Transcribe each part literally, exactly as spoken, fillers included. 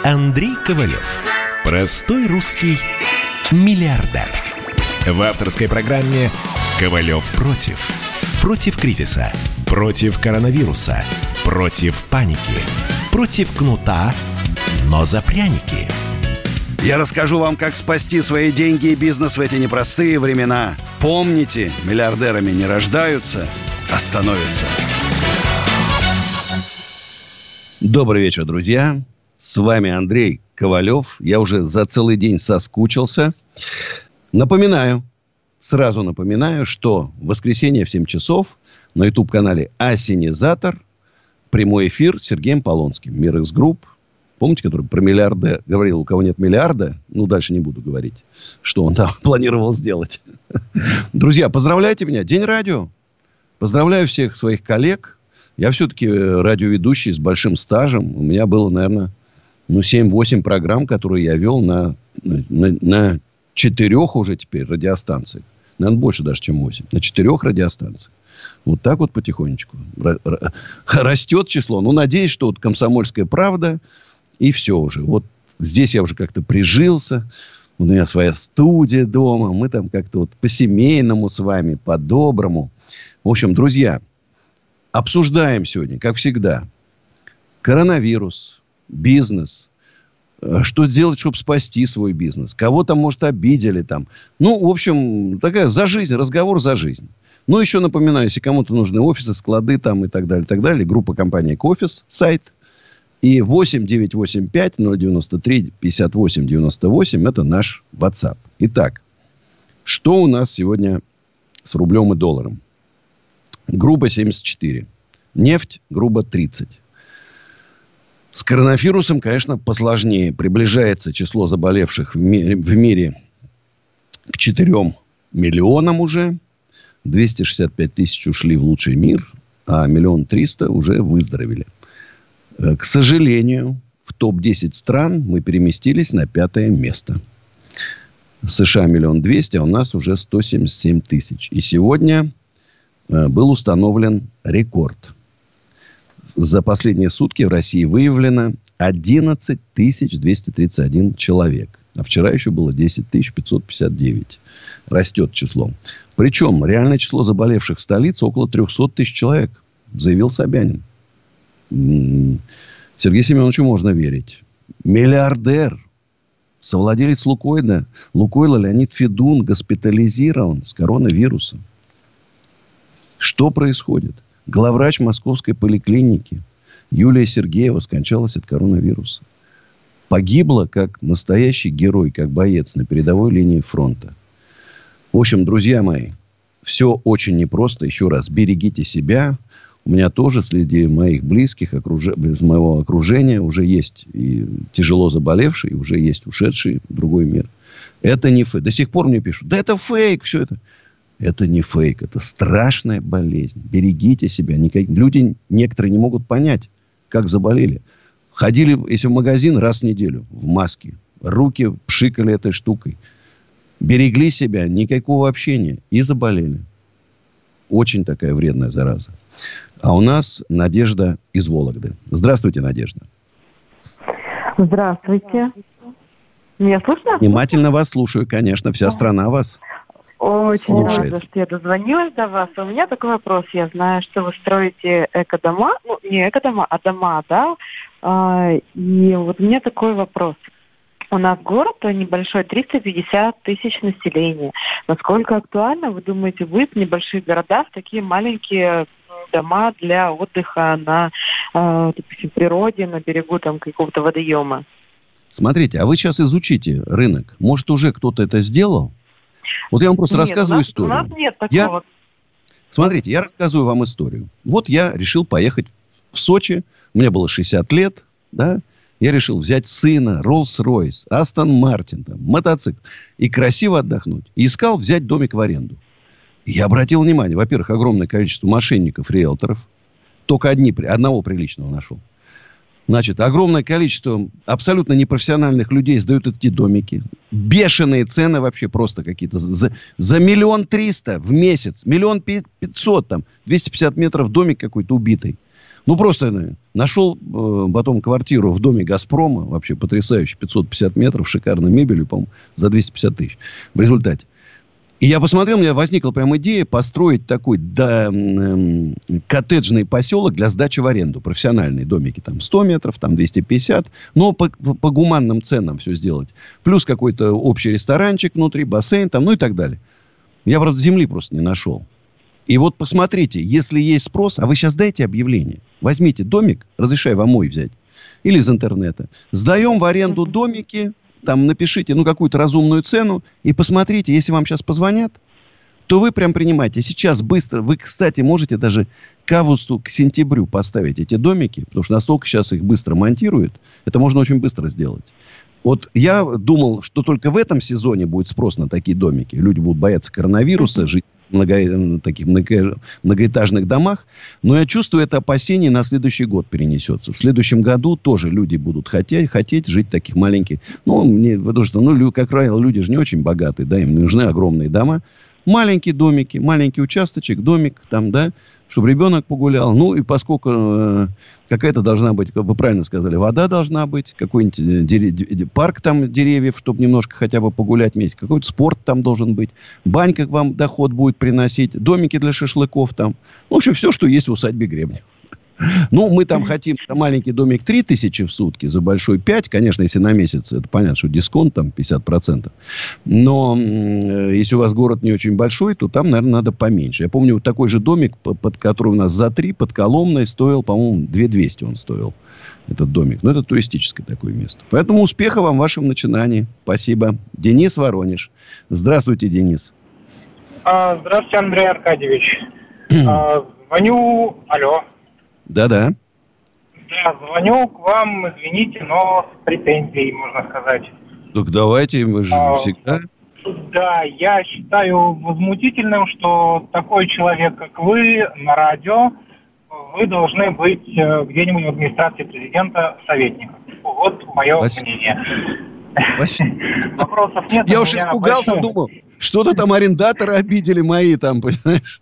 Андрей Ковалев. Простой русский миллиардер. В авторской программе «Ковалев против». Против кризиса, против коронавируса, против паники, против кнута, но за пряники. Я расскажу вам, как спасти свои деньги и бизнес в эти непростые времена. Помните, миллиардерами не рождаются, а становятся. Добрый вечер, друзья. С вами Андрей Ковалев. Я уже за целый день соскучился. Напоминаю, сразу напоминаю, что в воскресенье в семь часов на YouTube-канале «Осенизатор» прямой эфир с Сергеем Полонским. Мир Икс-групп. Помните, который про миллиарда говорил, у кого нет миллиарда? Ну, дальше не буду говорить, что он там планировал сделать. Друзья, поздравляйте меня. День радио. Поздравляю всех своих коллег. Я все-таки радиоведущий с большим стажем. У меня было, наверное, ну, семь-восемь программ, которые я вел на, на, на четырех уже теперь радиостанциях. Наверное, больше даже, чем восемь. На четырех радиостанциях. Вот так вот потихонечку растет число. Ну, надеюсь, что вот «Комсомольская правда» и все уже. Вот здесь я уже как-то прижился. У меня своя студия дома. Мы там как-то вот по-семейному с вами, по-доброму. В общем, друзья, обсуждаем сегодня, как всегда, коронавирус, бизнес. Что делать, чтобы спасти свой бизнес? Кого-то, может, обидели там. Ну, в общем, такая за жизнь, разговор за жизнь. Ну, еще напоминаю, если кому-то нужны офисы, склады там и так далее, так далее. Группа компании «Кофис», сайт. И восемь девятьсот восемьдесят пять ноль девяносто три пятьдесят восемь девяносто восемь это наш WhatsApp. Итак, что у нас сегодня с рублем и долларом? Грубо семьдесят четыре. Нефть грубо тридцать. С коронавирусом, конечно, посложнее. Приближается число заболевших в мире, в мире к четырем миллионам уже. двести шестьдесят пять тысяч ушли в лучший мир, а миллион триста уже выздоровели. К сожалению, в топ десять стран мы переместились на пятое место. США миллион двести, а у нас уже сто семьдесят семь тысяч. И сегодня был установлен рекорд. За последние сутки в России выявлено одиннадцать тысяч двести тридцать один человек. А вчера еще было десять тысяч пятьсот пятьдесят девять. Растет число. Причем реальное число заболевших в столице около триста тысяч человек. Заявил Собянин. Сергею Семеновичу можно верить. Миллиардер. Совладелец Лукойла. Лукойла Леонид Федун госпитализирован с коронавирусом. Что происходит? Главврач Московской поликлиники Юлия Сергеева скончалась от коронавируса. Погибла как настоящий герой, как боец на передовой линии фронта. В общем, друзья мои, все очень непросто. Еще раз, берегите себя. У меня тоже среди моих близких, окруж... из моего окружения уже есть и тяжело заболевшие, и уже есть ушедшие в другой мир. Это не фейк. До сих пор мне пишут, да это фейк, все это. Это не фейк, это страшная болезнь. Берегите себя. Никак... Люди некоторые не могут понять, как заболели. Ходили, если в магазин, раз в неделю в маске. Руки пшикали этой штукой. Берегли себя, никакого общения. И заболели. Очень такая вредная зараза. А у нас Надежда из Вологды. Здравствуйте, Надежда. Здравствуйте. Меня слышно? Внимательно вас слушаю, конечно. Вся страна вас Очень слушает. рада, что я дозвонилась до вас. У меня такой вопрос. Я знаю, что вы строите эко-дома. Ну, не эко-дома, а дома, да? А, и вот у меня такой вопрос. У нас город небольшой, триста пятьдесят тысяч населения. Насколько актуально, вы думаете, вы в небольших городах такие маленькие дома для отдыха на, э, допустим, природе, на берегу там какого-то водоема? Смотрите, а вы сейчас изучите рынок. Может, уже кто-то это сделал? Вот я вам просто нет, рассказываю у нас, историю. У нас нет такого. Я... Смотрите, я рассказываю вам историю. Вот я решил поехать в Сочи. Мне было шестьдесят лет, да. Я решил взять сына, Роллс-Ройс, Астон Мартин, там, мотоцикл. И красиво отдохнуть. И искал взять домик в аренду. И я обратил внимание. Во-первых, огромное количество мошенников, риэлторов. Только одни, одного приличного нашел. Значит, огромное количество абсолютно непрофессиональных людей сдают эти домики. Бешеные цены вообще просто какие-то. За, за миллион триста в месяц. Миллион пятьсот там. двести пятьдесят метров домик какой-то убитый. Ну, просто нашел э, потом квартиру в доме «Газпрома». Вообще потрясающе. пятьсот пятьдесят метров, шикарной мебелью, по-моему, за двести пятьдесят тысяч. В результате. И я посмотрел, у меня возникла прям идея построить такой да, э, коттеджный поселок для сдачи в аренду. Профессиональные домики. Там сто метров, там двести пятьдесят. Но по, по, по гуманным ценам все сделать. Плюс какой-то общий ресторанчик внутри, бассейн там, ну и так далее. Я, правда, земли просто не нашел. И вот посмотрите, если есть спрос, а вы сейчас дайте объявление. Возьмите домик, разрешаю вам мой взять, или из интернета. Сдаем в аренду домики, там напишите, ну, какую-то разумную цену, и посмотрите, если вам сейчас позвонят, то вы прям принимаете. Сейчас быстро, вы, кстати, можете даже к августу, к сентябрю поставить эти домики, потому что настолько сейчас их быстро монтируют, это можно очень быстро сделать. Вот я думал, что только в этом сезоне будет спрос на такие домики. Люди будут бояться коронавируса, жить в много, таких много, многоэтажных домах. Но я чувствую, это опасение на следующий год перенесется. В следующем году тоже люди будут хотеть, хотеть жить в таких маленьких... Ну, мне, потому что, ну, как правило, люди же не очень богатые, да, им нужны огромные дома. Маленькие домики, маленький участочек, домик там, да, чтобы ребенок погулял. Ну, и поскольку э, какая-то должна быть, как вы правильно сказали, вода должна быть, какой-нибудь дерев... парк там деревьев, чтобы немножко хотя бы погулять вместе, какой-то спорт там должен быть, банька вам доход будет приносить, домики для шашлыков там. В общем, все, что есть в усадьбе Гребнева. Ну, мы там хотим маленький домик три тысячи в сутки, за большой пять. Конечно, если на месяц, это понятно, что дисконт там пятьдесят процентов. Но э, если у вас город не очень большой, то там, наверное, надо поменьше. Я помню, такой же домик, под который у нас за три, под Коломной, стоил, по-моему, две тысячи двести он стоил. Этот домик. Но это туристическое такое место. Поэтому успеха вам в вашем начинании. Спасибо. Денис, Воронеж. Здравствуйте, Денис. А, здравствуйте, Андрей Аркадьевич. а, звоню... Алло. Да-да. Да, звоню к вам, извините, но с претензией, можно сказать. Так давайте, мы же а, всегда... Да, я считаю возмутительным, что такой человек, как вы, на радио, вы должны быть где-нибудь в администрации президента советником. Вот мое Спасибо. мнение. Спасибо. Вопросов нет. Я уж испугался, большой... думал, что-то там арендаторы обидели мои там, понимаешь?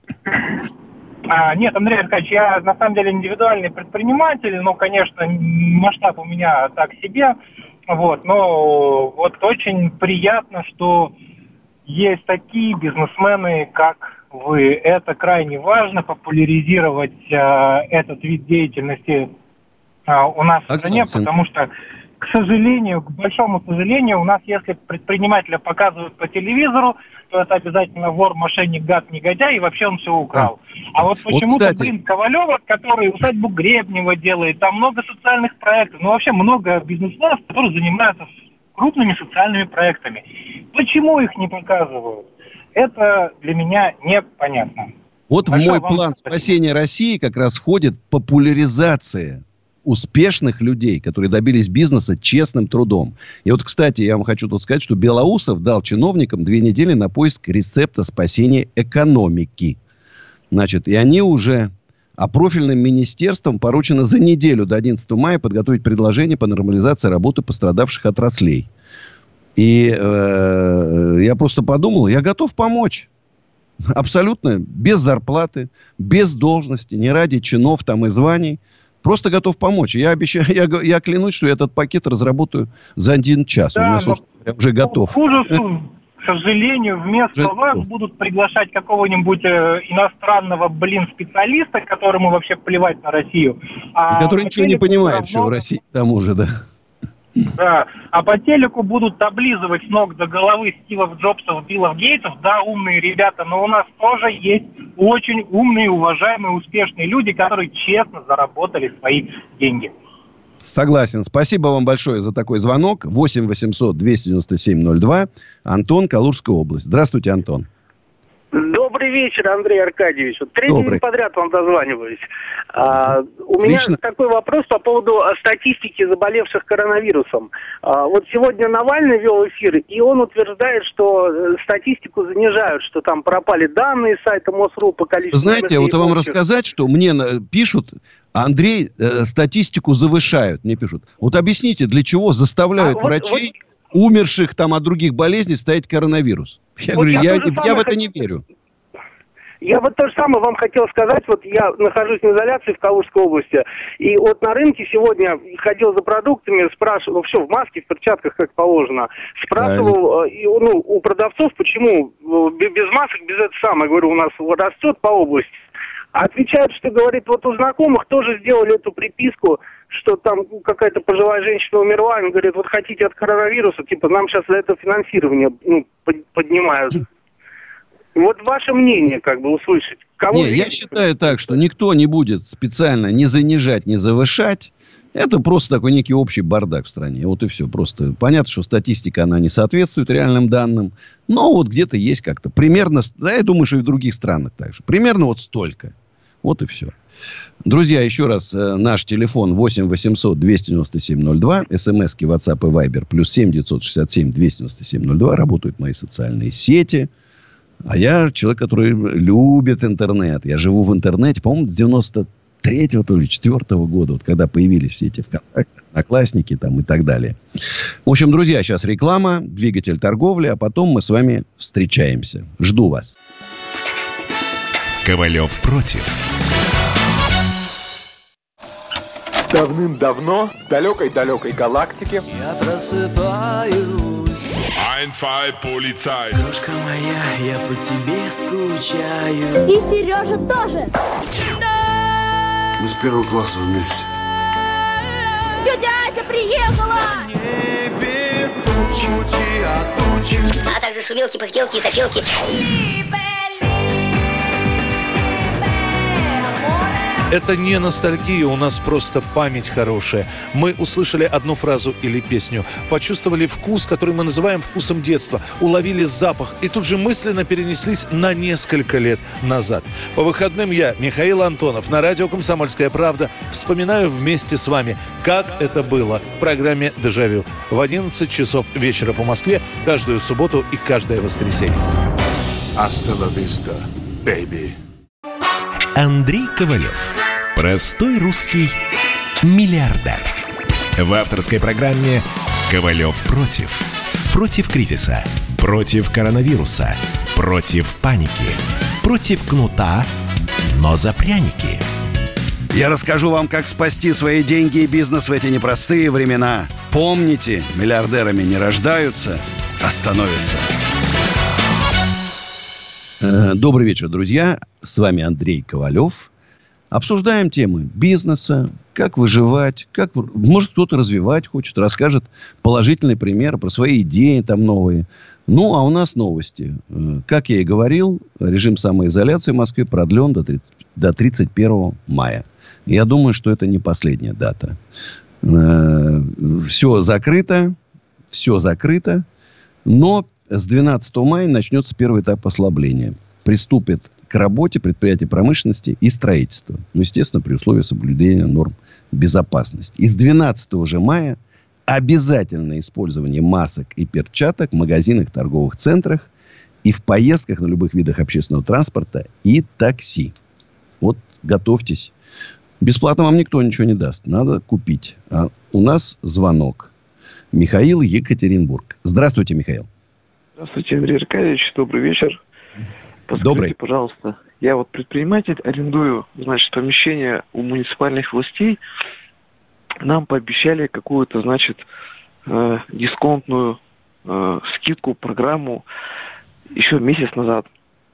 А, нет, Андрей Аркадьевич, я на самом деле индивидуальный предприниматель, но, конечно, масштаб у меня так себе, вот, но вот очень приятно, что есть такие бизнесмены, как вы. Это крайне важно, популяризировать а, этот вид деятельности а, у нас в стране, потому что, к сожалению, к большому сожалению, у нас, если предпринимателя показывают по телевизору, то это обязательно вор, мошенник, гад, негодяй, и вообще он все украл. А, а вот почему-то, вот, блин, Ковалева, который усадьбу Гребнева делает, там много социальных проектов, ну вообще много бизнесменов, которые занимаются крупными социальными проектами. Почему их не показывают? Это для меня непонятно. Вот в мой план спасения России как раз входит популяризация успешных людей, которые добились бизнеса честным трудом. И вот, кстати, я вам хочу тут сказать, что Белоусов дал чиновникам две недели на поиск рецепта спасения экономики. Значит, и они уже, а профильным министерствам поручено за неделю до одиннадцатого мая подготовить предложение по нормализации работы пострадавших отраслей. И э, я просто подумал, я готов помочь. Абсолютно без зарплаты, без должности, не ради чинов там и званий. Просто готов помочь. Я обещаю, я, я клянусь, что я этот пакет разработаю за один час. Да, У меня, собственно, я уже готов. К ужасу, к сожалению, вместо уже вас готов. Будут приглашать какого-нибудь э, иностранного, блин, специалиста, которому вообще плевать на Россию. А который ничего не понимает, равно... что в России к тому же, да. Да, а по телеку будут облизывать с ног до головы Стивов Джобсов, Биллов Гейтсов. Да, умные ребята, но у нас тоже есть очень умные, уважаемые, успешные люди, которые честно заработали свои деньги. Согласен. Спасибо вам большое за такой звонок. восемь восемьсот двести девяносто семь ноль два. Антон, Калужская область. Здравствуйте, Антон. Добрый вечер, Андрей Аркадьевич. Вот третий день подряд вам дозваниваюсь. А, у Отлично. меня такой вопрос по поводу статистики заболевших коронавирусом. А, вот сегодня Навальный вел эфир, и он утверждает, что статистику занижают, что там пропали данные с сайта МОСРУ по количеству... Знаете, вот вам рассказать, что мне пишут, Андрей, э, статистику завышают, мне пишут. Вот объясните, для чего заставляют а, врачей... Вот, вот... умерших там от других болезней ставить коронавирус. Я вот говорю, я, я, я в это не верю. Я вот то же самое вам хотел сказать. Вот я нахожусь в изоляции в Калужской области. И вот на рынке сегодня ходил за продуктами, спрашивал, ну все, в маске, в перчатках, как положено. Спрашивал и, ну, у продавцов, почему без масок, без этого самого. Говорю, у нас растет по области. Отвечают, что, говорит, вот у знакомых тоже сделали эту приписку, что там какая-то пожилая женщина умерла, и говорит, вот хотите от коронавируса, типа нам сейчас за это финансирование ну, поднимают. Вот ваше мнение, как бы, услышать. Кому не, я считаю так, что никто не будет специально не занижать, не завышать. Это просто такой некий общий бардак в стране. Вот и все. Просто понятно, что статистика, она не соответствует реальным данным. Но вот где-то есть как-то примерно... Да, я думаю, что и в других странах так же. Примерно вот столько. Вот и все. Друзья, еще раз, наш телефон восемь восемьсот двести девяносто семь ноль два. СМСки, WhatsApp и Viber плюс семь девятьсот шестьдесят семь двести девяносто семь ноль два. Работают мои социальные сети. А я человек, который любит интернет. Я живу в интернете, по-моему, с девяносто третьего, то ли четвертого года, вот когда появились все эти ВКонтакте, Одноклассники там и так далее. В общем, друзья, сейчас реклама, двигатель торговли, а потом мы с вами встречаемся. Жду вас. Ковалев против. Давным-давно в далекой-далекой галактике я просыпаюсь. Ein, zwei, полицай. Крошка моя, я по тебе скучаю. И Сережа тоже. Мы с первого класса вместе. Тетя Ася приехала. Небе тучи, а тучи. А также шумелки, пыхтелки и сопелки. Это не ностальгия, у нас просто память хорошая. Мы услышали одну фразу или песню, почувствовали вкус, который мы называем вкусом детства, уловили запах и тут же мысленно перенеслись на несколько лет назад. По выходным я, Михаил Антонов, на радио «Комсомольская правда» вспоминаю вместе с вами, как это было в программе «Дежавю» в одиннадцать часов вечера по Москве каждую субботу и каждое воскресенье. Hasta la vista, baby. Андрей Ковалев. Простой русский миллиардер. В авторской программе «Ковалев против». Против кризиса, против коронавируса, против паники, против кнута, но за пряники. Я расскажу вам, как спасти свои деньги и бизнес в эти непростые времена. Помните, миллиардерами не рождаются, а становятся. Добрый вечер, друзья. С вами Андрей Ковалев. Обсуждаем темы бизнеса, как выживать, как, может, кто-то развивать хочет, расскажет положительный пример про свои идеи там новые. Ну, а у нас новости. Как я и говорил, режим самоизоляции в Москве продлен до тридцать первого мая. Я думаю, что это не последняя дата. Все закрыто, все закрыто, но с двенадцатого мая начнется первый этап ослабления. Приступит к работе предприятий промышленности и строительства. Ну, естественно, при условии соблюдения норм безопасности. И с двенадцатого же мая обязательное использование масок и перчаток в магазинах, торговых центрах и в поездках на любых видах общественного транспорта и такси. Вот готовьтесь. Бесплатно вам никто ничего не даст. Надо купить. А у нас звонок. Михаил, Екатеринбург. Здравствуйте, Михаил. Здравствуйте, Андрей Аркадьевич. Добрый вечер. Подскажите, Добрый. пожалуйста, я вот предприниматель, арендую, значит, помещение у муниципальных властей. Нам пообещали какую-то, значит, э, дисконтную э, скидку, программу еще месяц назад.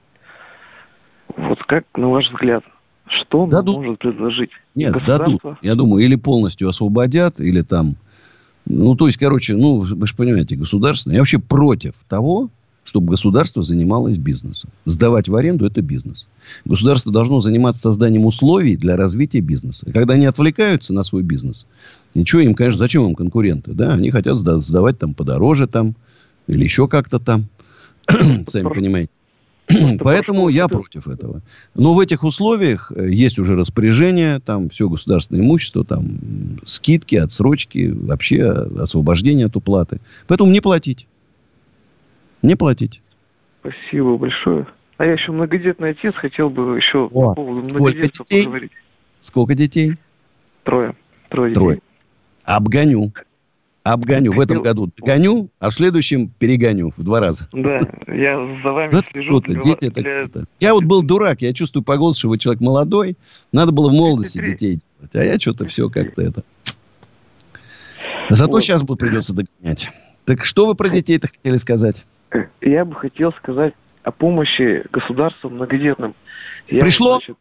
Вот как, на ваш взгляд, что нам дадут. может предложить? Нет, дадут. Я думаю, или полностью освободят, или там... Ну, то есть, короче, ну, вы же понимаете, государственное. Я вообще против того, чтобы государство занималось бизнесом. Сдавать в аренду – это бизнес. Государство должно заниматься созданием условий для развития бизнеса. И когда они отвлекаются на свой бизнес, ничего им, конечно, зачем им конкуренты? Да? Они хотят сдавать там подороже там, или еще как-то там. Сами понимаете. Поэтому я против этого. Но в этих условиях есть уже распоряжение, там все государственное имущество, там скидки, отсрочки, вообще освобождение от уплаты. Поэтому не платить. Не платить. Спасибо большое. А я еще многодетный отец, хотел бы еще О, по поводу сколько многодетства детей? поговорить. Сколько детей? Трое. Трое детей. Трое. Обгоню. Обгоню. В этом году догоню, а в следующем перегоню в два раза. Да, я за вами это слежу. Круто. Дети это для... круто. Я вот был дурак, я чувствую по голосу, что вы человек молодой. Надо было в молодости детей делать. А я что-то все как-то это... Зато вот. Сейчас придется догонять. Так что вы про детей-то хотели сказать? Я бы хотел сказать о помощи государству многодетным. Я, Пришло? Значит,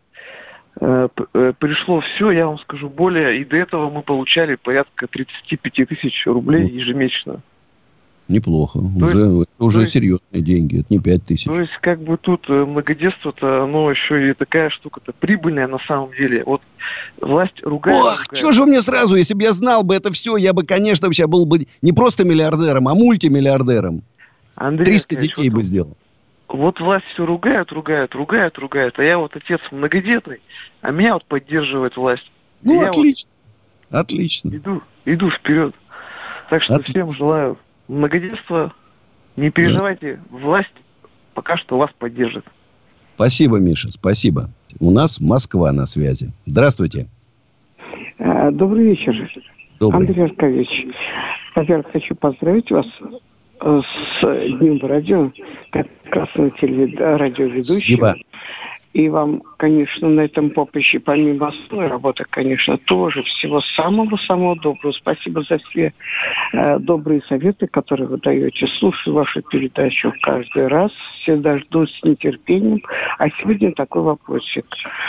пришло все, я вам скажу, более, и до этого мы получали порядка тридцать пять тысяч рублей ежемесячно. Неплохо. То уже есть, уже есть, серьезные деньги, это не пять тысяч. То есть, как бы тут многодетство-то, оно еще и такая штука-то прибыльная на самом деле. Вот власть ругает... Ох, ругает. что же вы мне сразу, если бы я знал бы это все, я бы, конечно, сейчас был бы не просто миллиардером, а мультимиллиардером. Андрей триста Аркадьевич, детей вот, бы сделал. Вот власть все ругает, ругает, ругает, ругает, а я вот отец многодетный, а меня вот поддерживает власть. Ну, и отлично. Вот отлично. Иду, иду вперед. Так что отлично. Всем желаю многодетства. Не переживайте, да. Власть пока что вас поддержит. Спасибо, Миша, спасибо. У нас Москва на связи. Здравствуйте. Добрый вечер. Добрый. Андрей Аркадьевич, во-первых, хочу поздравить вас с Днем радио, как красного телерадиоведущего. Спасибо. И вам, конечно, на этом поприще, помимо основной работы, конечно, тоже всего самого-самого доброго. Спасибо за все э, добрые советы, которые вы даете. Слушаю вашу передачу каждый раз. Всегда жду с нетерпением. А сегодня такой вопросик.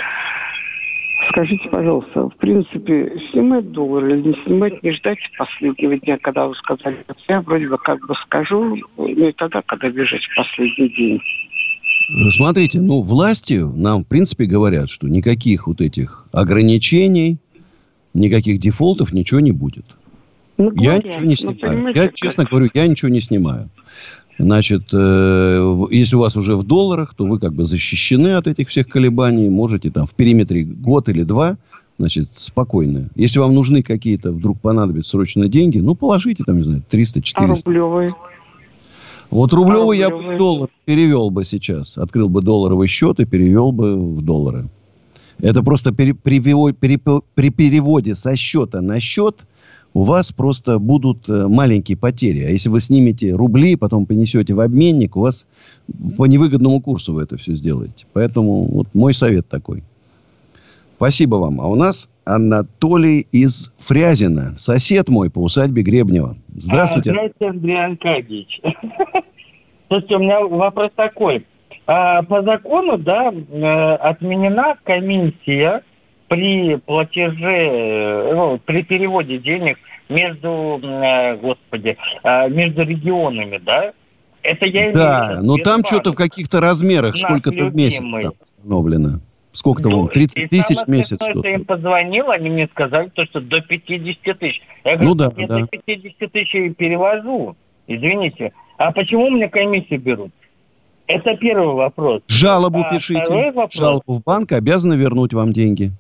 Скажите, пожалуйста, в принципе, снимать доллар или не снимать, не ждать последнего дня, когда вы сказали, я вроде бы как бы скажу, не тогда, когда бежать в последний день. Смотрите, ну, власти нам, в принципе, говорят, что никаких вот этих ограничений, никаких дефолтов, ничего не будет. Ну, я говорят, ничего не снимаю. Я, честно говорю, я ничего не снимаю. Значит, э, если у вас уже в долларах, то вы как бы защищены от этих всех колебаний. Можете там в периметре год или два, значит, спокойно. Если вам нужны какие-то, вдруг понадобятся срочно деньги, ну, положите там, не знаю, триста-четыреста. А рублевые? Вот рублевый а я бы в доллар перевел бы сейчас. Открыл бы долларовый счет и перевел бы в доллары. Это просто при, при, при, при переводе со счета на счет у вас просто будут маленькие потери. А если вы снимете рубли, потом понесете в обменник, у вас по невыгодному курсу вы это все сделаете. Поэтому вот мой совет такой. Спасибо вам. А у нас Анатолий из Фрязино. Сосед мой по усадьбе Гребнева. Здравствуйте. А, здравствуйте, Андрей Аркадьевич. Слушайте, у меня вопрос такой. По закону, да, отменена комиссия при платеже, ну, при переводе денег между, господи, между регионами, да? Это я Да, но там что-то в каких-то размерах, сколько-то в месяц там установлено. Сколько там? тридцать тысяч в месяц. Что я им позвонил, они мне сказали, то, что до пятьдесят тысяч. Я говорю, ну, да, я да. до пятьдесят тысяч перевожу. Извините. А почему мне комиссию берут? Это первый вопрос. Жалобу а пишите. Жалобу в банк, обязаны вернуть вам деньги.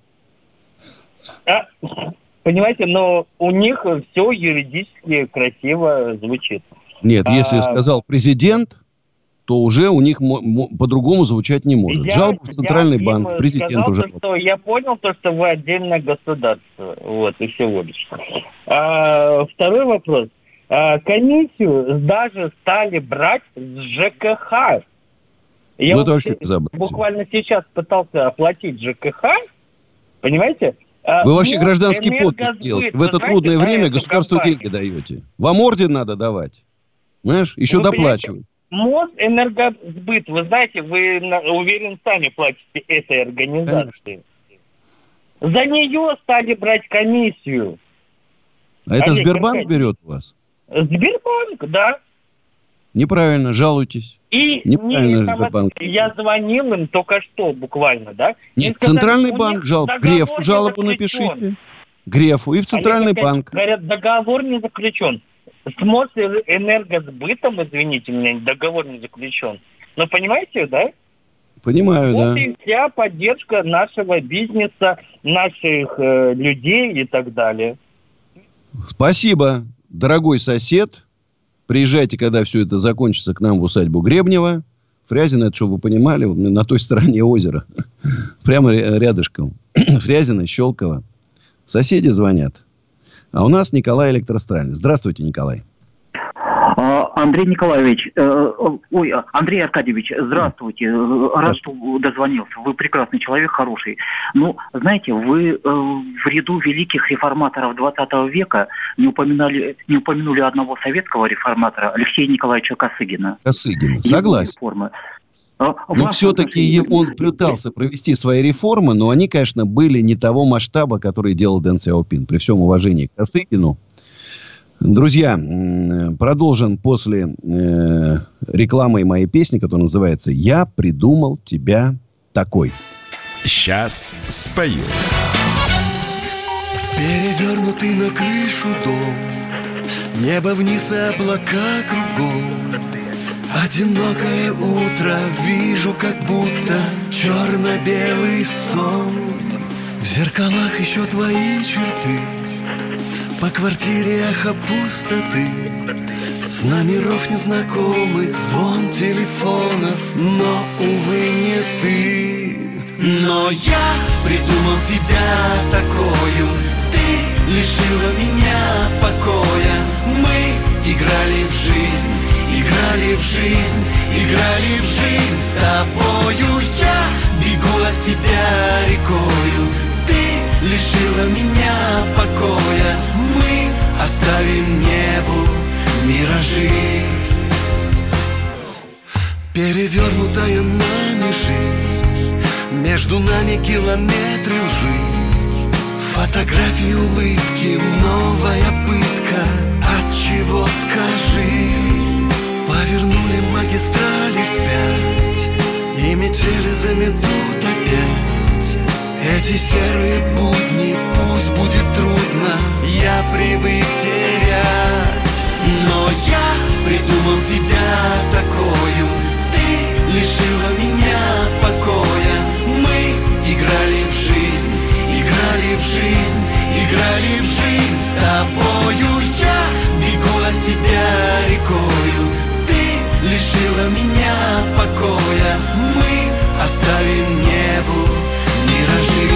А, понимаете, но у них все юридически красиво звучит. Нет, а, если сказал президент, то уже у них по-другому звучать не может. Я, Жалоба в Центральный я банк, президент уже. То, что я понял, то, что вы отдельное государство. Вот, и всего лишь. А, второй вопрос. А, комиссию даже стали брать с ЖКХ. Я ну, вот вообще буквально сейчас пытался оплатить ЖКХ. Понимаете? Вы вообще ну, гражданский подпись делаете. В это знаете, трудное время государству компанию. деньги даете. Вам орден надо давать. Знаешь, еще вы доплачивать. Мосэнергосбыт, вы знаете, вы, уверен, сами платите этой организации. Конечно. За нее стали брать комиссию. А это Олег, Сбербанк опять? берет у вас? Сбербанк, да. Неправильно, жалуйтесь. И Неправильно, не, Сбербанк. Я звонил им только что, буквально, да? Нет, сказали, Центральный банк жалоб. Грефу жалобу напишите. Грефу и в Центральный Олег, банк. Говорят, договор не заключен. С Мосэнергосбытом, извините меня, договор не заключен. Но понимаете, да? Понимаю, вот да. И вся поддержка нашего бизнеса, наших э, людей и так далее. Спасибо, дорогой сосед. Приезжайте, когда все это закончится, к нам в усадьбу Гребнева. Фрязино, это, чтобы вы понимали, на той стороне озера. Прямо рядышком. Фрязино, Щелково. Соседи звонят. А у нас Николай Электростральный. Здравствуйте, Николай. Андрей Николаевич, э, ой, Андрей Аркадьевич, здравствуйте. Рад, что дозвонился. Вы прекрасный человек, хороший. Ну, знаете, вы э, в ряду великих реформаторов двадцатого века не упоминали, не упомянули одного советского реформатора, Алексея Николаевича Косыгина. Косыгина, согласен. Но все-таки он пытался провести свои реформы, но они, конечно, были не того масштаба, который делал Дэн Сяопин. При всем уважении к Косыгину. Друзья, продолжим после э, рекламы моей песни, которая называется «Я придумал тебя такой». Сейчас спою. Перевернутый на крышу дом, небо вниз и облака кругом. Одинокое утро, вижу, как будто черно-белый сон. В зеркалах еще твои черты, по квартире эхо пустоты. С номеров незнакомых звон телефонов, но, увы, не ты. Но я придумал тебя такою, ты лишила меня покоя. Мы играли в жизнь, играли в жизнь, играли в жизнь с тобою. Я бегу от тебя рекою, ты лишила меня покоя. Мы оставим небу миражи. Перевернутая нами жизнь, между нами километры лжи. Фотографии, улыбки, новая пытка. Отчего, скажи? Повернули магистрали вспять, и метели заметут опять. Эти серые будни, пусть будет трудно, я привык терять. Но я придумал тебя такою, ты лишила меня покоя. Мы играли в жизнь, играли в жизнь, играли в жизнь с тобою. Я бегу от тебя рекою, ты лишила меня покоя. Мы оставим небу миражи.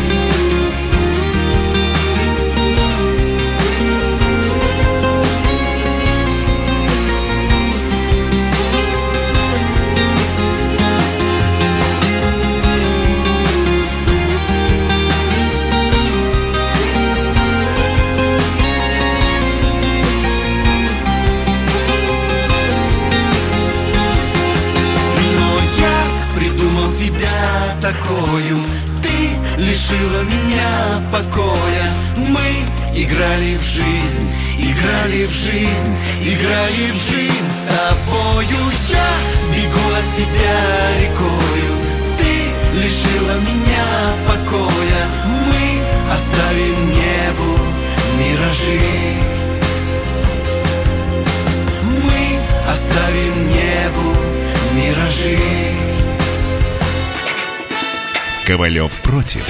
Тебя такою, ты лишила меня покоя. Мы играли в жизнь, играли в жизнь, играли в жизнь с тобою. Я бегу от тебя рекою, ты лишила меня покоя. Мы оставим небу миражи. Мы оставим небу миражи. Ковалев против.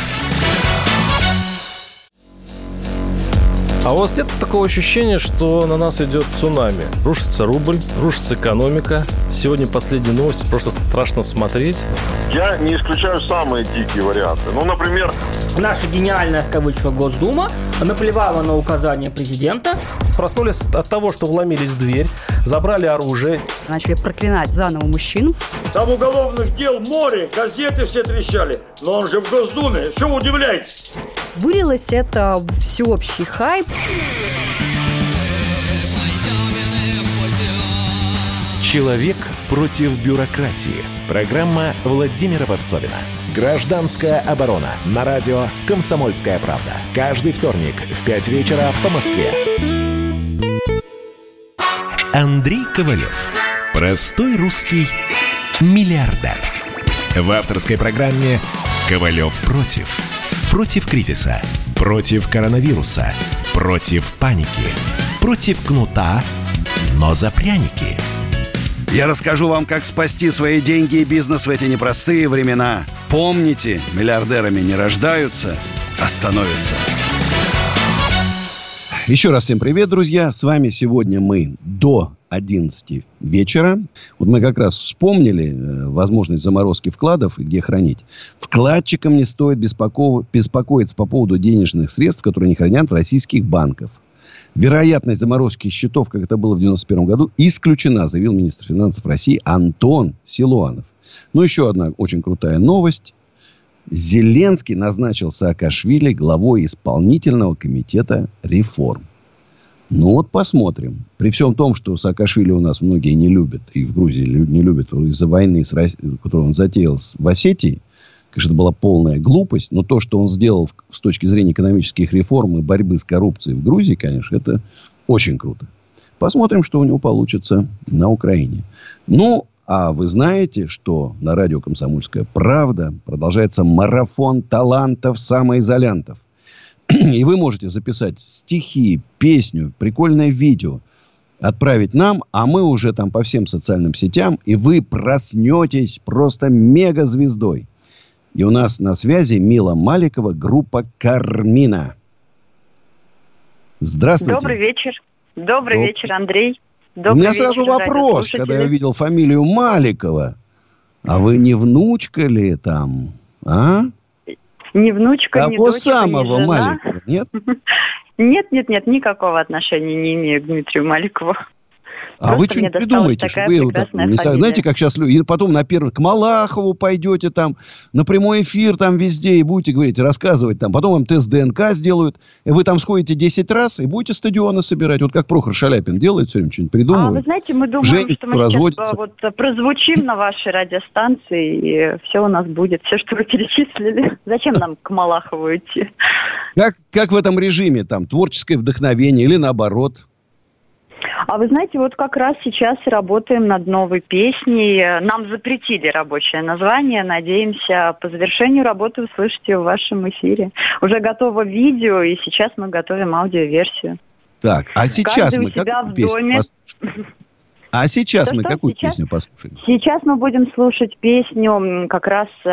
А у вас нет такого ощущения, что на нас идет цунами? Рушится рубль, рушится экономика. Сегодня последние новости, просто страшно смотреть. Я не исключаю самые дикие варианты. Ну, например... Наша гениальная, в кавычках, Госдума наплевала на указания президента. Проснулись от того, что вломились в дверь, забрали оружие. Начали проклинать заново мужчин. Там уголовных дел море, газеты все трещали. Но он же в Госдуме, что вы удивляетесь? Вылилось это в всеобщий хайп. Человек против бюрократии. Программа Владимира Варсовина. Гражданская оборона. На радио «Комсомольская правда». Каждый вторник в пять вечера по Москве. Андрей Ковалев. Простой русский миллиардер. В авторской программе «Ковалев против». Против кризиса. Против коронавируса. Против паники. Против кнута, но за пряники. Я расскажу вам, как спасти свои деньги и бизнес в эти непростые времена. Помните, миллиардерами не рождаются, а становятся. Еще раз всем привет, друзья. С вами сегодня мы до одиннадцати вечера. Вот мы как раз вспомнили э, возможность заморозки вкладов и где хранить. Вкладчикам не стоит беспоко... беспокоиться по поводу денежных средств, которые они хранят в российских банках. Вероятность заморозки счетов, как это было в девяносто первом году, исключена, заявил министр финансов России Антон Силуанов. Ну, еще одна очень крутая новость. Зеленский назначил Саакашвили главой исполнительного комитета реформ. Ну вот посмотрим. При всем том, что Саакашвили у нас многие не любят, и в Грузии не любят из-за войны, которую он затеял в Осетии, конечно, это была полная глупость, но то, что он сделал с точки зрения экономических реформ и борьбы с коррупцией в Грузии, конечно, это очень круто. Посмотрим, что у него получится на Украине. Ну, а вы знаете, что на радио «Комсомольская правда» продолжается марафон талантов-самоизолянтов. И вы можете записать стихи, песню, прикольное видео, отправить нам, а мы уже там по всем социальным сетям, и вы проснетесь просто мегазвездой. И у нас на связи Мила Маликова, группа «Кармина». Здравствуйте. Добрый вечер. Добрый Доб... вечер, Андрей. Добрый У меня вечер, сразу вопрос, когда я увидел фамилию Маликова. А вы не внучка ли там, а? Не внучка, Того не дочка, самого не жена. Маликова, нет? Нет, нет, нет, никакого отношения не имею к Дмитрию Маликову. А вы что-нибудь придумаете, что вы вот так, не знаю, знаете, как сейчас люди, и потом на первый, к Малахову пойдете там, на прямой эфир там везде, и будете говорить, рассказывать там, потом вам тест ДНК сделают, и вы там сходите десять раз, и будете стадионы собирать, вот как Прохор Шаляпин делает, все время что-нибудь придумывает. А вы знаете, мы думаем, женится, что мы сейчас вот прозвучим на вашей радиостанции, и все у нас будет, все, что вы перечислили. Зачем нам к Малахову идти? Как, как в этом режиме, там, творческое вдохновение или наоборот? А вы знаете, вот как раз сейчас работаем над новой песней. Нам запретили рабочее название. Надеемся, по завершению работы услышать ее в вашем эфире. Уже готово видео, и сейчас мы готовим аудиоверсию. Так, а сейчас Каждый мы какую песню доме. послушаем? А сейчас Что, мы что? какую Сейчас? песню послушаем? Сейчас мы будем слушать песню, как раз э,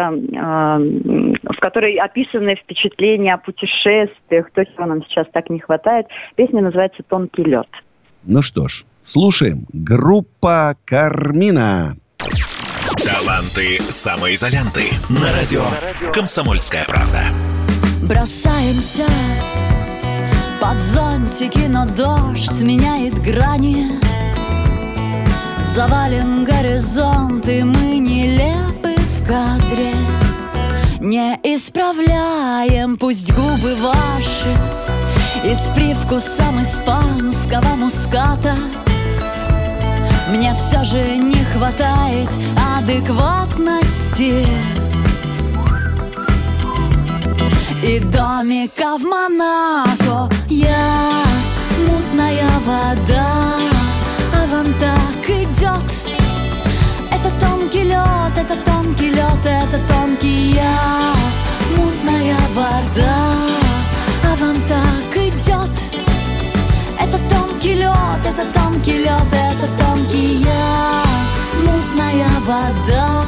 в которой описаны впечатления о путешествиях, то, чего нам сейчас так не хватает. Песня называется «Тонкий лед». Ну что ж, слушаем. Группа «Кармина». Таланты самоизолянты. На радио «Комсомольская правда». Бросаемся под зонтики, но дождь меняет грани. Завален горизонт, и мы нелепы в кадре. Не исправляем, пусть губы ваши и с привкусом испанского муската. Мне все же не хватает адекватности и домика в Монако. Я мутная вода, а вам так идет. Это тонкий лед, это тонкий лед, это тонкий я. Мутная вода, а вам так идет. Это тонкий лед, это тонкий лед, это тонкий я. Мутная вода.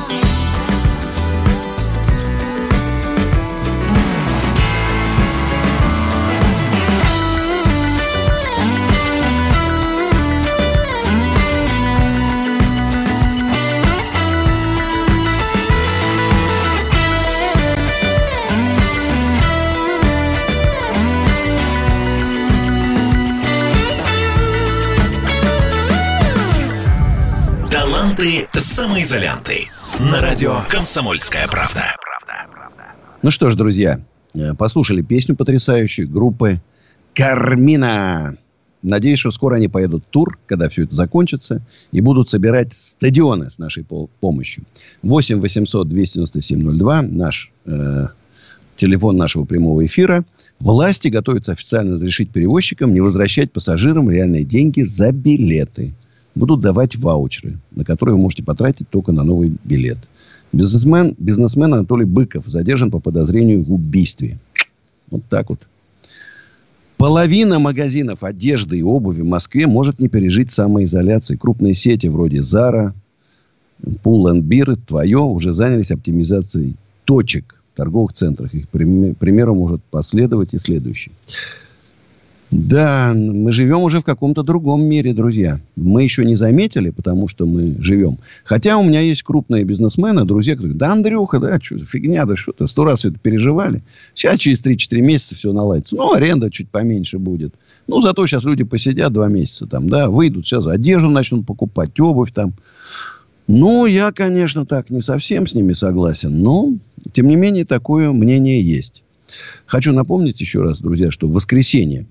Таланты самоизолянты. На радио «Комсомольская правда». Ну что ж, друзья, послушали песню потрясающую группы «Кармина». Надеюсь, что скоро они поедут в тур, когда все это закончится, и будут собирать стадионы с нашей помощью. восемь восемьсот двести девяносто семь ноль два, наш э, телефон нашего прямого эфира. Власти готовятся официально разрешить перевозчикам не возвращать пассажирам реальные деньги за билеты. Будут давать ваучеры, на которые вы можете потратить только на новый билет. Бизнесмен, бизнесмен Анатолий Быков задержан по подозрению в убийстве. Вот так вот. Половина магазинов одежды и обуви в Москве может не пережить самоизоляции. Крупные сети вроде Zara, Pull and Bear, Твое уже занялись оптимизацией точек в торговых центрах. Их примеру может последовать и следующий. Да, мы живем уже в каком-то другом мире, друзья. Мы еще не заметили, потому что мы живем. Хотя у меня есть крупные бизнесмены, друзья, которые говорят, да, Андрюха, да, что, фигня, да что-то, сто раз все это переживали. Сейчас через три-четыре месяца все наладится. Ну, аренда чуть поменьше будет. Ну, зато сейчас люди посидят два месяца там, да, выйдут, сейчас одежду начнут покупать, обувь там. Ну, я, конечно, так не совсем с ними согласен, но, тем не менее, такое мнение есть. Хочу напомнить еще раз, друзья, что в воскресенье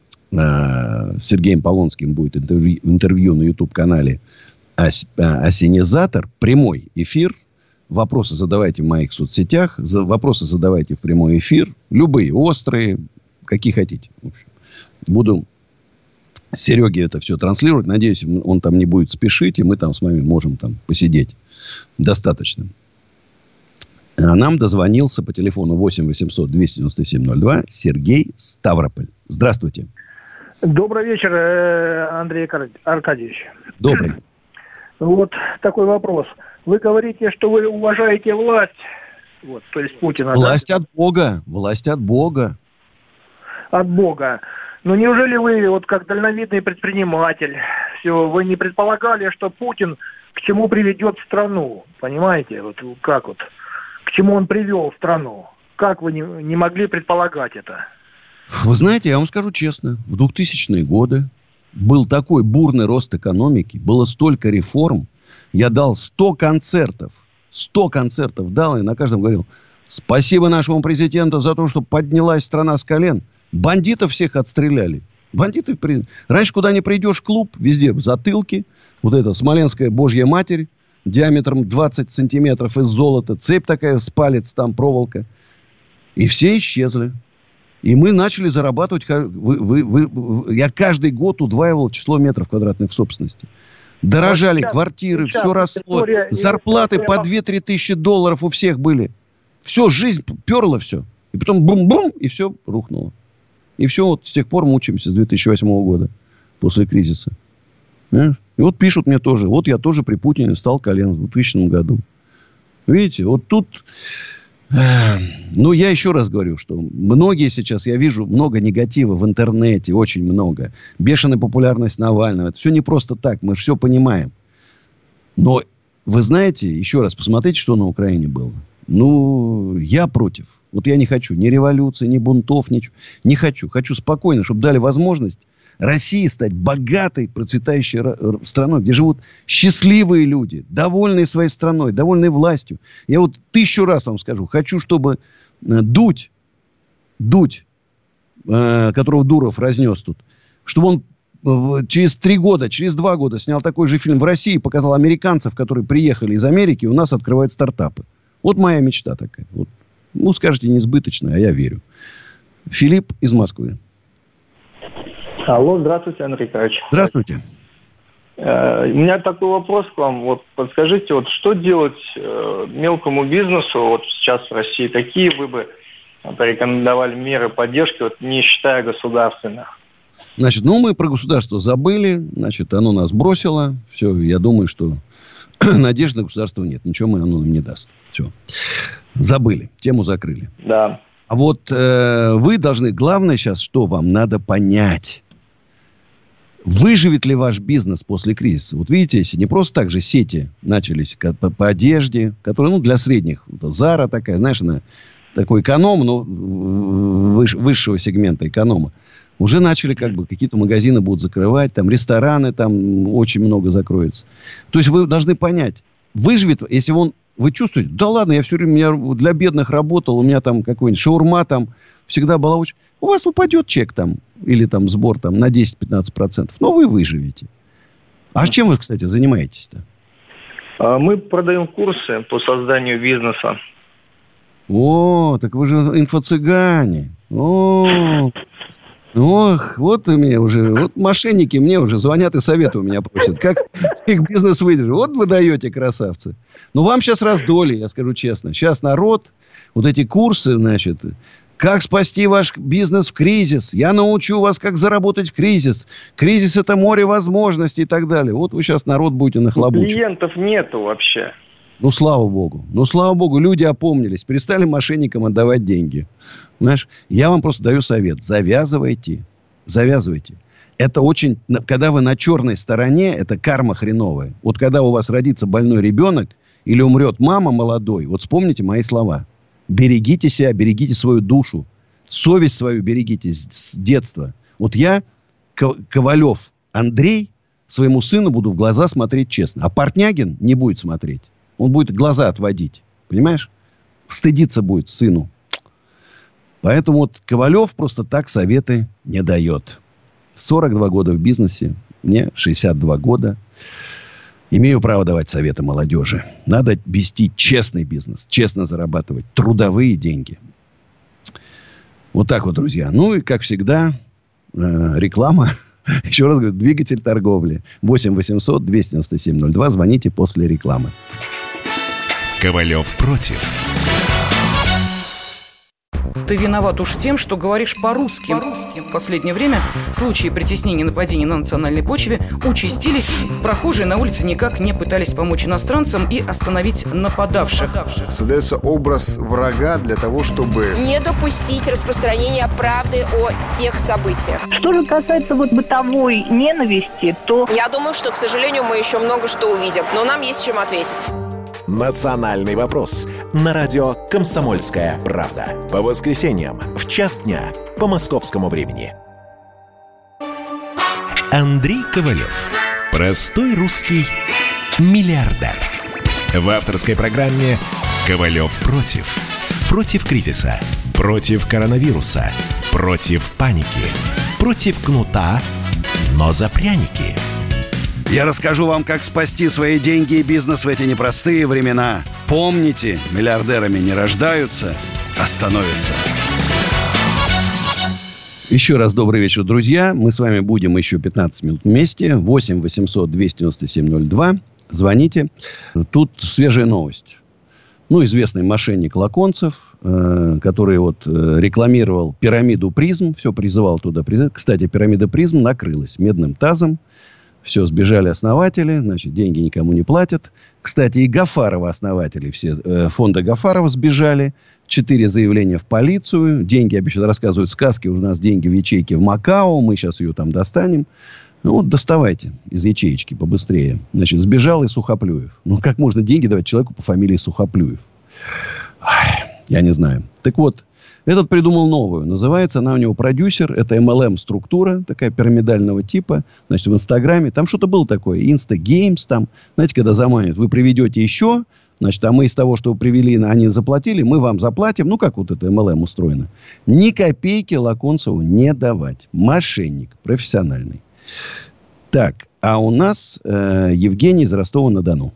с Сергеем Полонским будет интервью, интервью на YouTube-канале «Осенизатор». Прямой эфир. Вопросы задавайте в моих соцсетях. Вопросы задавайте в прямой эфир. Любые, острые, какие хотите. В общем, буду Сереге это все транслировать. Надеюсь, он там не будет спешить, и мы там с вами можем там посидеть. Достаточно. А нам дозвонился по телефону восемь восемьсот двести девяносто семь ноль два Сергей, Ставрополь. Здравствуйте. Добрый вечер, Андрей Аркадьевич. Добрый. Вот такой вопрос. Вы говорите, что вы уважаете власть, вот, то есть Путина. Власть да? от Бога. Власть от Бога. От Бога. Но неужели вы, вот как дальновидный предприниматель, все, вы не предполагали, что Путин к чему приведет страну? Понимаете? Вот как вот? К чему он привел страну? Как вы не, не могли предполагать это? Вы знаете, я вам скажу честно, в двухтысячные годы был такой бурный рост экономики, было столько реформ. Я дал сто концертов, сто концертов дал, и на каждом говорил, спасибо нашему президенту за то, что поднялась страна с колен. Бандитов всех отстреляли. Бандиты, раньше куда ни придешь, клуб, везде затылки, вот эта Смоленская Божья Матерь, диаметром двадцать сантиметров из золота, цепь такая с палец, там проволока. И все исчезли. И мы начали зарабатывать... Вы, вы, вы, я каждый год удваивал число метров квадратных в собственности. Дорожали вот сейчас, квартиры, сейчас все росло. История, зарплаты история... по две-три тысячи долларов у всех были. Все, жизнь перла все. И потом бум-бум, и все рухнуло. И все, вот с тех пор мучаемся с две тысячи восьмого года. После кризиса. Понимаешь? И вот пишут мне тоже. Вот я тоже при Путине встал колен в двухтысячном году. Видите, вот тут... Ну, я еще раз говорю, что многие сейчас, я вижу много негатива в интернете, очень много. Бешеная популярность Навального. Это все не просто так, мы же все понимаем. Но, вы знаете, еще раз, посмотрите, что на Украине было. Ну, я против. Вот я не хочу ни революции, ни бунтов, ничего. Не хочу. Хочу спокойно, чтобы дали возможность России стать богатой, процветающей страной, где живут счастливые люди, довольные своей страной, довольные властью. Я вот тысячу раз вам скажу, хочу, чтобы Дудь, Дудь, э, которого Дуров разнес тут, чтобы он через три года, через два года снял такой же фильм в России, показал американцев, которые приехали из Америки, и у нас открывают стартапы. Вот моя мечта такая. Вот. Ну, скажете, несбыточная, а я верю. Филипп из Москвы. Алло, здравствуйте, Андрей Николаевич. Здравствуйте. Э, у меня такой вопрос к вам. Вот подскажите, вот что делать э, мелкому бизнесу вот сейчас в России? Какие вы бы порекомендовали меры поддержки, вот, не считая государственных? Значит, ну мы про государство забыли, значит, оно нас бросило. Все, я думаю, что надежды на государство нет. Ничего мы оно нам не даст. Все. Забыли, тему закрыли. Да. А вот э, вы должны, главное сейчас, что вам надо понять. Выживет ли ваш бизнес после кризиса? Вот видите, если не просто так же сети начались по, по одежде, которые, ну, для средних. Зара такая, знаешь, она такой эконом, но выш, высшего сегмента эконома. Уже начали как бы какие-то магазины будут закрывать, там рестораны, там очень много закроется. То есть вы должны понять, выживет, если он, вы чувствуете, да ладно, я все время я для бедных работал, у меня там какой-нибудь шаурма там всегда была очень... У вас упадет чек там, или там сбор там на десять-пятнадцать процентов, но вы выживете. А чем вы, кстати, занимаетесь-то? Мы продаем курсы по созданию бизнеса. О, так вы же инфо-цыгане. О, ох, вот у меня уже, вот мошенники мне уже звонят и советы у меня просят, как их бизнес выдержит. Вот вы даете, красавцы. Ну, вам сейчас раздолье, я скажу честно. Сейчас народ, вот эти курсы, значит, как спасти ваш бизнес в кризис. Я научу вас, как заработать в кризис. Кризис – это море возможностей и так далее. Вот вы сейчас народ будете нахлобучивать. Клиентов нету вообще. Ну, слава богу. Ну, слава богу, люди опомнились. Перестали мошенникам отдавать деньги. Знаешь, я вам просто даю совет. Завязывайте. Завязывайте. Это очень... Когда вы на черной стороне, это карма хреновая. Вот когда у вас родится больной ребенок или умрет мама молодой, вот вспомните мои слова. Берегите себя, берегите свою душу. Совесть свою берегите с, с детства. Вот я, Ковалев Андрей, своему сыну буду в глаза смотреть честно. А Портнягин не будет смотреть. Он будет глаза отводить. Понимаешь? Стыдиться будет сыну. Поэтому вот Ковалев просто так советы не дает. сорок два года в бизнесе. Мне шестьдесят два года. Имею право давать советы молодежи. Надо вести честный бизнес. Честно зарабатывать. Трудовые деньги. Вот так вот, друзья. Ну и, как всегда, э, реклама. Еще раз говорю, двигатель торговли. восемь восемьсот двести девяносто семь ноль два. Звоните после рекламы. Ковалев против. Ты виноват уж тем, что говоришь по-русски. по-русски. В последнее время случаи притеснения и нападений на национальной почве участились. Прохожие на улице никак не пытались помочь иностранцам и остановить нападавших. Создается образ врага для того, чтобы... не допустить распространения правды о тех событиях. Что же касается вот бытовой ненависти, то... Я думаю, что, к сожалению, мы еще много что увидим. Но нам есть чем ответить. «Национальный вопрос» на радио «Комсомольская правда». По воскресеньям в час дня по московскому времени. Андрей Ковалев. Простой русский миллиардер. В авторской программе «Ковалев против». Против кризиса, против коронавируса, против паники, против кнута, но за пряники. Я расскажу вам, как спасти свои деньги и бизнес в эти непростые времена. Помните, миллиардерами не рождаются, а становятся. Еще раз добрый вечер, друзья. Мы с вами будем еще пятнадцать минут вместе. восемь восемьсот двести девяносто семь ноль два. Звоните. Тут свежая новость. Ну, известный мошенник Лаконцев, э, который вот э, рекламировал пирамиду призм. Все призывал туда. Кстати, пирамида призм накрылась медным тазом. Все, сбежали основатели, значит, деньги никому не платят. Кстати, и Гафарова основатели, все э, фонда Гафарова сбежали. Четыре заявления в полицию. Деньги, обещают, рассказывают сказки. У нас деньги в ячейке в Макао. Мы сейчас ее там достанем. Ну, вот доставайте из ячеечки побыстрее. Значит, сбежал и Сухоплюев. Ну, как можно деньги давать человеку по фамилии Сухоплюев? Ай, я не знаю. Так вот, этот придумал новую. Называется она у него продюсер. Это эм эл эм-структура, такая пирамидального типа. Значит, в Инстаграме. Там что-то было такое. Инстагеймс там. Знаете, когда заманивают. Вы приведете еще. Значит, а мы из того, что вы привели, они заплатили. Мы вам заплатим. Ну, как вот это эм эл эм устроено. Ни копейки Лаконцеву не давать. Мошенник. Профессиональный. Так. А у нас э, Евгений из Ростова-на-Дону.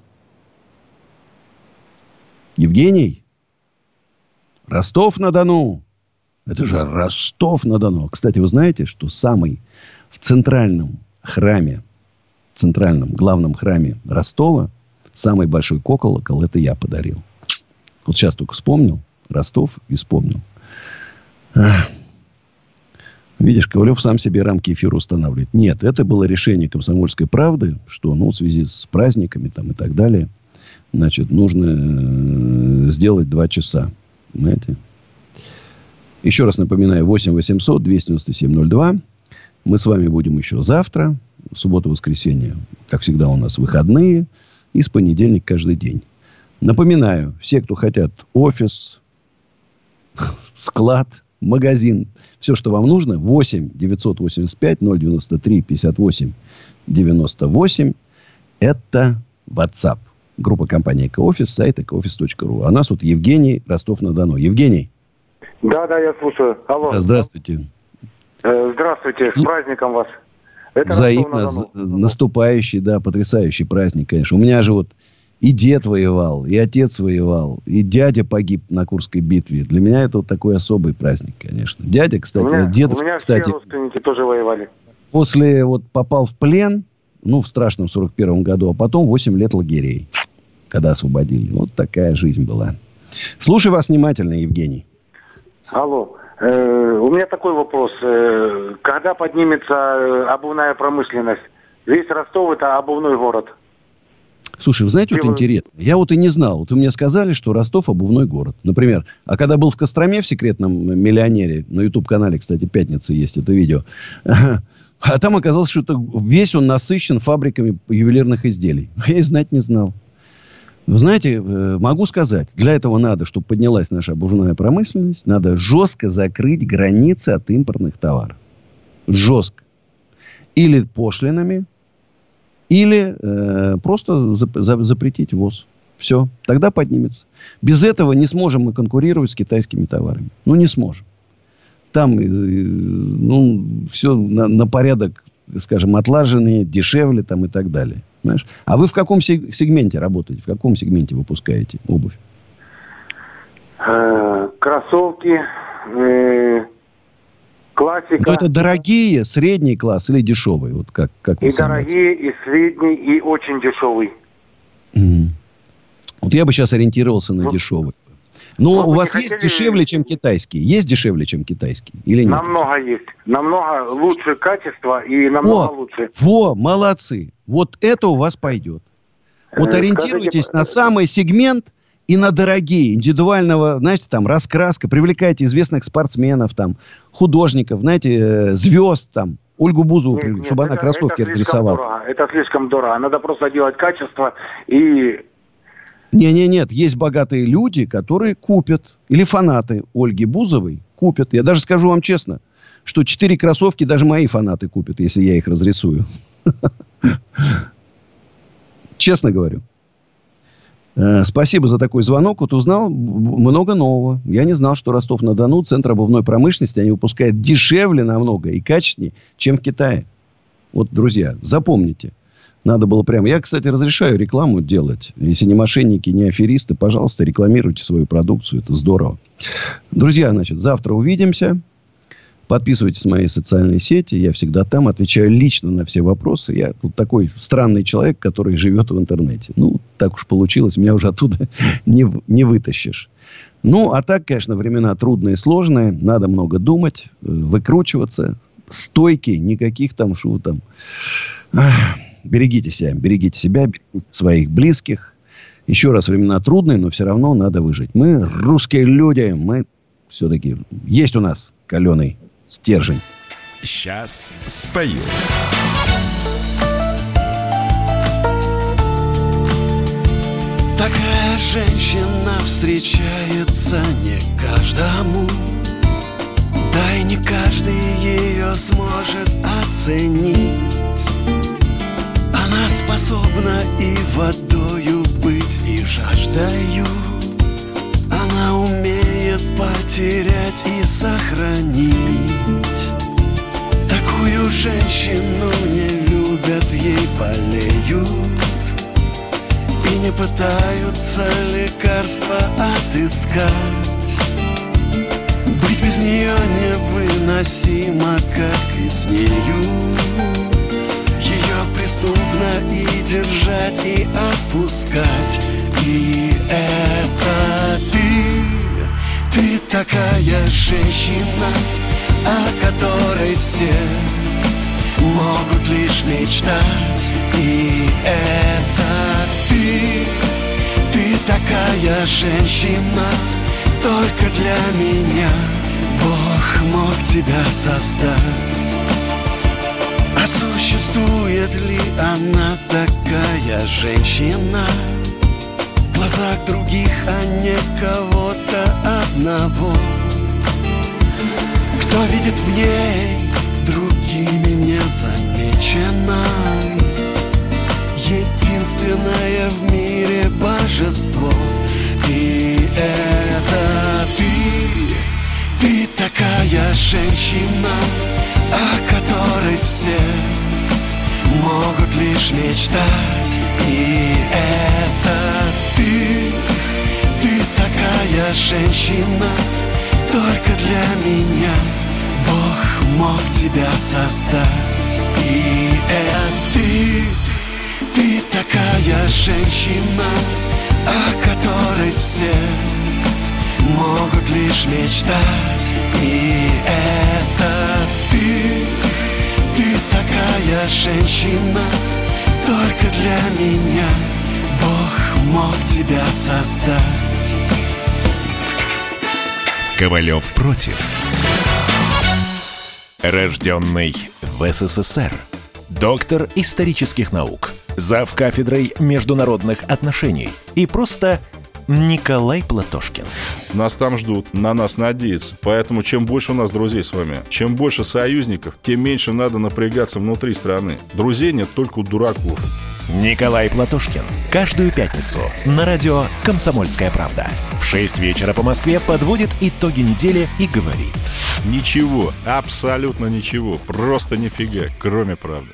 Евгений? Ростов-на-Дону. Это же Ростов-на-Дону. Кстати, вы знаете, что самый в центральном храме, центральном главном храме Ростова, самый большой колокол, это я подарил. Вот сейчас только вспомнил. Ростов и вспомнил. Ах. Видишь, Ковалев сам себе рамки эфира устанавливает. Нет, это было решение «Комсомольской правды», что, ну, в связи с праздниками там и так далее, значит, нужно сделать два часа. Понимаете? Еще раз напоминаю, восемь восемьсот двести девяносто семь ноль два. Мы с вами будем еще завтра. В субботу-воскресенье, как всегда, у нас выходные. И с понедельника каждый день. Напоминаю, все, кто хотят офис, склад, магазин, все, что вам нужно, восемь девятьсот восемьдесят пять ноль девяносто три пятьдесят восемь девяносто восемь. Это WhatsApp. Группа компании «Экоофис», сайт экоофис точка ру. А у нас вот Евгений, Ростов-на-Дону. Евгений. Да, да, я слушаю. Алло. Здравствуйте. Э, здравствуйте, с праздником вас. Это взаимно наступающий, да, потрясающий праздник, конечно. У меня же вот и дед воевал, и отец воевал, и дядя погиб на Курской битве. Для меня это вот такой особый праздник, конечно. Дядя, кстати, у меня, дед, у меня кстати, все родственники тоже воевали. После вот попал в плен, ну, в страшном сорок первом году, а потом восемь лет лагерей, когда освободили. Вот такая жизнь была. Слушаю вас внимательно, Евгений. Алло. Э, у меня такой вопрос. Э, когда поднимется обувная промышленность? Весь Ростов – это обувной город. Слушай, вы знаете, вот интересно. Я вот и не знал. Вот вы мне сказали, что Ростов обувной город. Например, а когда был в Костроме в «Секретном миллионере», на YouTube-канале, кстати, «Пятница» есть это видео, а там оказалось, что это весь он насыщен фабриками ювелирных изделий. Я и знать не знал. Вы знаете, могу сказать, для этого надо, чтобы поднялась наша обувная промышленность, надо жестко закрыть границы от импортных товаров. Жестко. Или пошлинами, или э, просто за, за, запретить ввоз. Все. Тогда поднимется. Без этого не сможем мы конкурировать с китайскими товарами. Ну, не сможем. Там, э, ну, все на, на порядок, скажем, отлаженнее, дешевле там и так далее. Знаешь? А вы в каком сегменте работаете? В каком сегменте выпускаете обувь? Э, кроссовки, э, классика. Но это дорогие, средний класс или дешевые? Вот как, как и дорогие, и средний, и очень дешевый. Mm. Вот я бы сейчас ориентировался на ну, дешевый. Но ну, у вас есть хотели... дешевле, чем китайский? Есть дешевле, чем китайский? Или нет? Намного есть. Намного лучше качество и намного О, лучше. Во, молодцы. Вот это у вас пойдет. Вот э, ориентируйтесь скажите... на самый сегмент и на дорогие. Индивидуального, знаете, там, раскраска. Привлекайте известных спортсменов, там, художников, знаете, звезд, там. Ольгу Бузову, нет, чтобы нет, она это, кроссовки это рисовала. Дорого. Это слишком дорого. Надо просто делать качество и... Не-не-нет, есть богатые люди, которые купят, или фанаты Ольги Бузовой купят. Я даже скажу вам честно, что четыре кроссовки даже мои фанаты купят, если я их разрисую. Честно говорю. Спасибо за такой звонок. Вот узнал много нового. Я не знал, что Ростов-на-Дону, центр обувной промышленности, они выпускают дешевле намного и качественнее, чем в Китае. Вот, друзья, запомните. Надо было прямо... Я, кстати, разрешаю рекламу делать. Если не мошенники, не аферисты, пожалуйста, рекламируйте свою продукцию. Это здорово. Друзья, значит, завтра увидимся. Подписывайтесь на мои социальные сети. Я всегда там. Отвечаю лично на все вопросы. Я вот такой странный человек, который живет в интернете. Ну, так уж получилось. Меня уже оттуда не, не вытащишь. Ну, а так, конечно, времена трудные, сложные. Надо много думать, выкручиваться. Стойки, никаких там шу там... Берегите себя, берегите себя, берегите своих близких. Еще раз, времена трудные, но все равно надо выжить. Мы русские люди, мы все-таки... Есть у нас каленый стержень. Сейчас спою. Такая женщина встречается не каждому. Да и не каждый ее сможет оценить. Она способна и водою быть, и жаждою. Она умеет потерять и сохранить. Такую женщину не любят, ей болеют. И не пытаются лекарства отыскать. Быть без нее невыносимо, как и с нею. Преступно и держать, и отпускать. И это ты, ты такая женщина, о которой все могут лишь мечтать. И это ты, ты такая женщина, только для меня Бог мог тебя создать. А существует ли она, такая женщина, в глазах других, а не кого-то одного? Кто видит в ней другими не замечена? Единственное в мире божество. И это ты, ты такая женщина, о которой все могут лишь мечтать. И это ты, ты такая женщина, только для меня Бог мог тебя создать. И это ты, ты такая женщина, о которой все могут лишь мечтать. И это ты, ты такая женщина, только для меня Бог мог тебя создать. Ковалев против. Рожденный в СССР. Доктор исторических наук. Зав. Кафедрой международных отношений. И просто Николай Платошкин. Нас там ждут, на нас надеются. Поэтому чем больше у нас друзей с вами, чем больше союзников, тем меньше надо напрягаться внутри страны. Друзей нет только у дураков. Николай Платошкин. Каждую пятницу на радио «Комсомольская правда». В шесть вечера по Москве подводит итоги недели и говорит: ничего, абсолютно ничего, просто нифига, кроме правды.